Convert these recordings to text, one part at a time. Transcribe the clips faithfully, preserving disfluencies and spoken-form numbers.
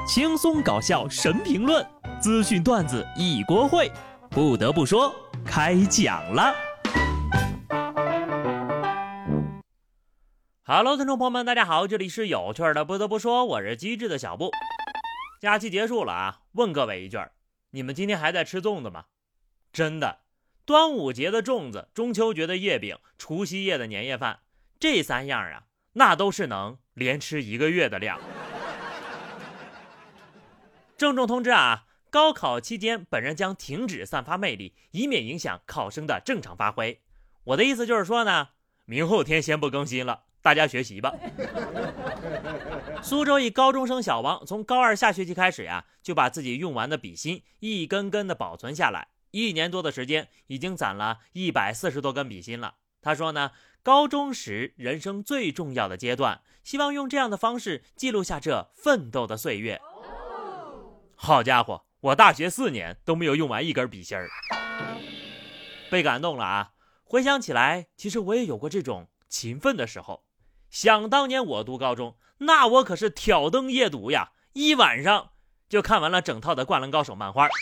轻松搞笑神评论，资讯段子一锅烩。不得不说，开讲了。Hello， 听众朋友们，大家好，这里是有趣的。不得不说，我是机智的小布。假期结束了啊，问各位一句，你们今天还在吃粽子吗？真的，端午节的粽子，中秋节的月饼，除夕夜的年夜饭，这三样啊，那都是能连吃一个月的量。郑重通知啊，高考期间本人将停止散发魅力，以免影响考生的正常发挥。我的意思就是说呢，明后天先不更新了，大家学习吧。苏州一高中生小王从高二下学期开始呀，就把自己用完的笔芯一根根的保存下来，一年多的时间已经攒了一百四十多根笔芯了。他说呢，高中时人生最重要的阶段，希望用这样的方式记录下这奋斗的岁月。好家伙，我大学四年都没有用完一根笔芯儿，被感动了啊！回想起来，其实我也有过这种勤奋的时候。想当年我读高中，那我可是挑灯夜读呀，一晚上就看完了整套的《灌篮高手》漫画。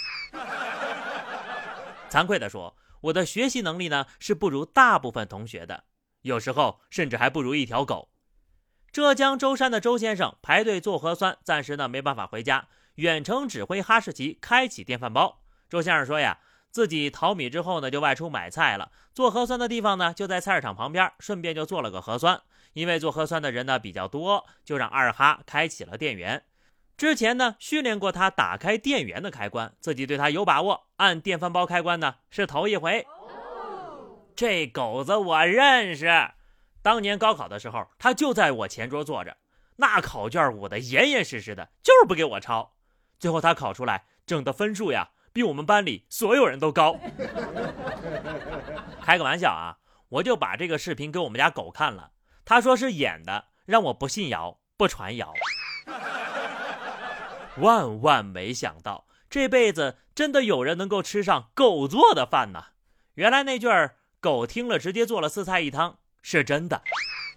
惭愧地说，我的学习能力呢是不如大部分同学的，有时候甚至还不如一条狗。浙江舟山的周先生排队做核酸，暂时呢没办法回家，远程指挥哈士奇开启电饭煲。周先生说呀，自己淘米之后呢就外出买菜了，做核酸的地方呢就在菜市场旁边，顺便就做了个核酸。因为做核酸的人呢比较多，就让二哈开启了电源。之前呢训练过他打开电源的开关，自己对他有把握，按电饭煲开关呢是头一回。这狗子我认识，当年高考的时候他就在我前桌坐着，那考卷捂得严严实实的，就是不给我抄。最后他考出来整的分数呀比我们班里所有人都高。开个玩笑啊，我就把这个视频给我们家狗看了，他说是演的，让我不信谣不传谣。万万没想到，这辈子真的有人能够吃上狗做的饭呢。原来那句儿狗听了直接做了四菜一汤是真的。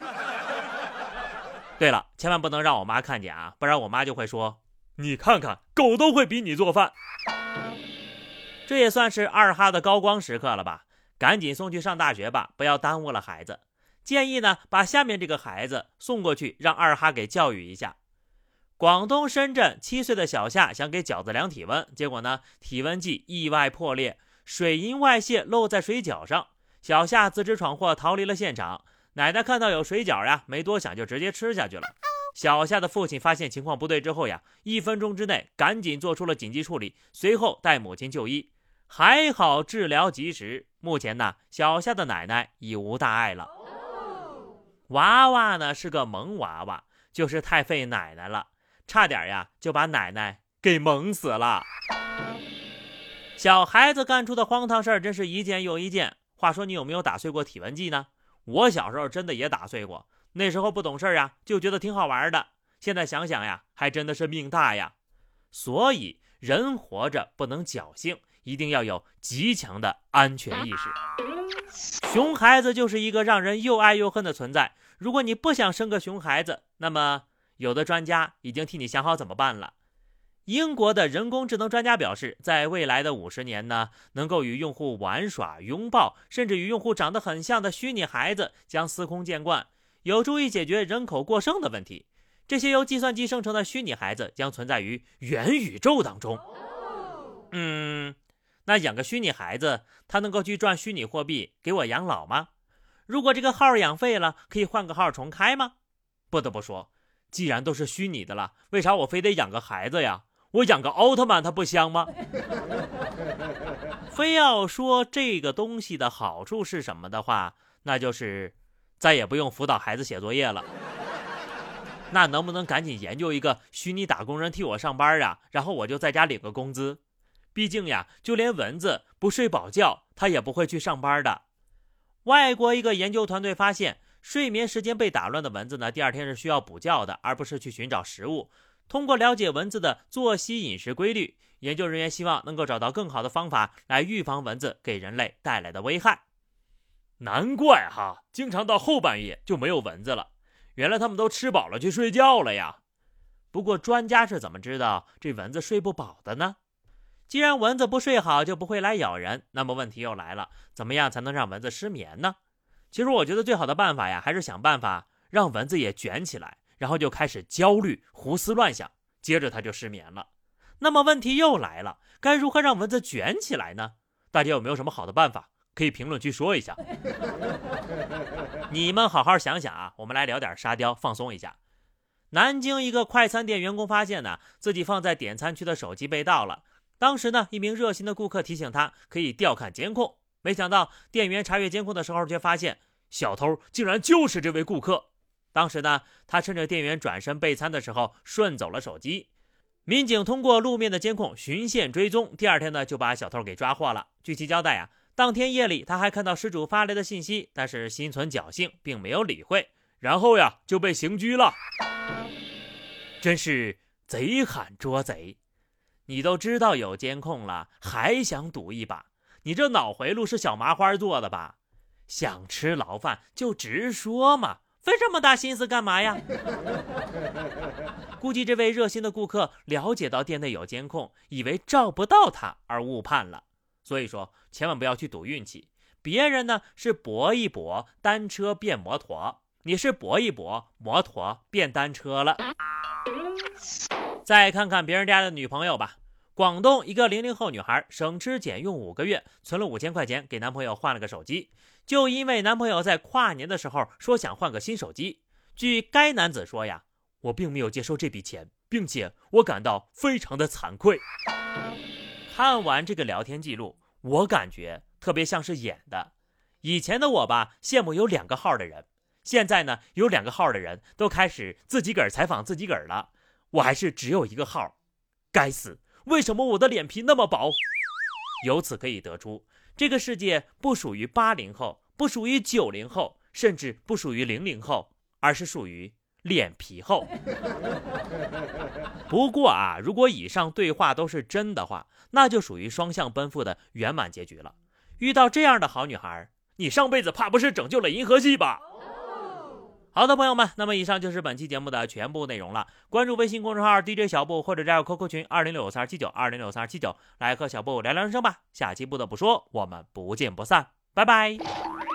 对了，千万不能让我妈看见啊，不然我妈就会说，你看看狗都会比你做饭。这也算是二哈的高光时刻了吧，赶紧送去上大学吧，不要耽误了孩子。建议呢把下面这个孩子送过去，让二哈给教育一下。广东深圳七岁的小夏想给饺子量体温，结果呢体温计意外破裂，水银外泄漏在水饺上，小夏自知闯祸逃离了现场。奶奶看到有水饺呀，没多想就直接吃下去了。小夏的父亲发现情况不对之后呀，一分钟之内赶紧做出了紧急处理，随后带母亲就医，还好治疗及时。目前呢，小夏的奶奶已无大碍了。娃娃呢是个萌娃娃，就是太费奶奶了，差点呀就把奶奶给萌死了。小孩子干出的荒唐事儿真是一件又一件。话说你有没有打碎过体温计呢？我小时候真的也打碎过，那时候不懂事呀，就觉得挺好玩的。现在想想呀，还真的是命大呀。所以人活着不能侥幸，一定要有极强的安全意识。熊孩子就是一个让人又爱又恨的存在。如果你不想生个熊孩子，那么有的专家已经替你想好怎么办了。英国的人工智能专家表示，在未来的五十年呢，能够与用户玩耍、拥抱，甚至与用户长得很像的虚拟孩子将司空见惯，有助于解决人口过剩的问题。这些由计算机生成的虚拟孩子将存在于元宇宙当中。嗯，那养个虚拟孩子，他能够去赚虚拟货币给我养老吗？如果这个号养废了，可以换个号重开吗？不得不说，既然都是虚拟的了，为啥我非得养个孩子呀？我养个奥特曼他不香吗？非要说这个东西的好处是什么的话，那就是再也不用辅导孩子写作业了。那能不能赶紧研究一个虚拟打工人替我上班啊，然后我就在家领个工资？毕竟呀，就连蚊子不睡饱觉，它也不会去上班的。外国一个研究团队发现，睡眠时间被打乱的蚊子呢，第二天是需要补觉的，而不是去寻找食物。通过了解蚊子的作息饮食规律，研究人员希望能够找到更好的方法来预防蚊子给人类带来的危害。难怪哈，经常到后半夜就没有蚊子了，原来他们都吃饱了去睡觉了呀。 不过专家是怎么知道这蚊子睡不饱的呢？既然蚊子不睡好就不会来咬人，那么问题又来了，怎么样才能让蚊子失眠呢？其实我觉得最好的办法呀，还是想办法让蚊子也卷起来，然后就开始焦虑、胡思乱想，接着它就失眠了。那么问题又来了，该如何让蚊子卷起来呢？大家有没有什么好的办法？可以评论区说一下。你们好好想想啊，我们来聊点沙雕，放松一下。南京一个快餐店员工发现呢，自己放在点餐区的手机被盗了。当时呢，一名热心的顾客提醒他可以调看监控，没想到店员查阅监控的时候，却发现小偷竟然就是这位顾客。当时呢，他趁着店员转身备餐的时候顺走了手机。民警通过路面的监控循线追踪，第二天呢就把小偷给抓获了。据其交代啊，当天夜里他还看到失主发来的信息，但是心存侥幸，并没有理会，然后呀就被刑拘了。真是贼喊捉贼！你都知道有监控了，还想赌一把？你这脑回路是小麻花做的吧？想吃牢饭就直说嘛，费这么大心思干嘛呀？估计这位热心的顾客了解到店内有监控，以为照不到他而误判了。所以说千万不要去赌运气，别人呢是搏一搏单车变摩托，你是搏一搏摩托变单车了。再看看别人家的女朋友吧。广东一个零零后女孩省吃俭用五个月，存了五千块钱给男朋友换了个手机，就因为男朋友在跨年的时候说想换个新手机。据该男子说呀，我并没有接收这笔钱，并且我感到非常的惭愧。看完这个聊天记录，我感觉特别像是演的。以前的我吧，羡慕有两个号的人，现在呢，有两个号的人都开始自己个儿采访自己个儿了，我还是只有一个号。该死，为什么我的脸皮那么薄？由此可以得出，这个世界不属于八零后，不属于九零后，甚至不属于零零后，而是属于脸皮厚。不过啊，如果以上对话都是真的话，那就属于双向奔赴的圆满结局了。遇到这样的好女孩，你上辈子怕不是拯救了银河系吧？好的，朋友们，那么以上就是本期节目的全部内容了。关注微信公众号 D J 小布，或者加入 Q Q 群二零六五三二七九二零六五三二七九，来和小布聊聊人生吧。下期不得不说，我们不见不散，拜拜。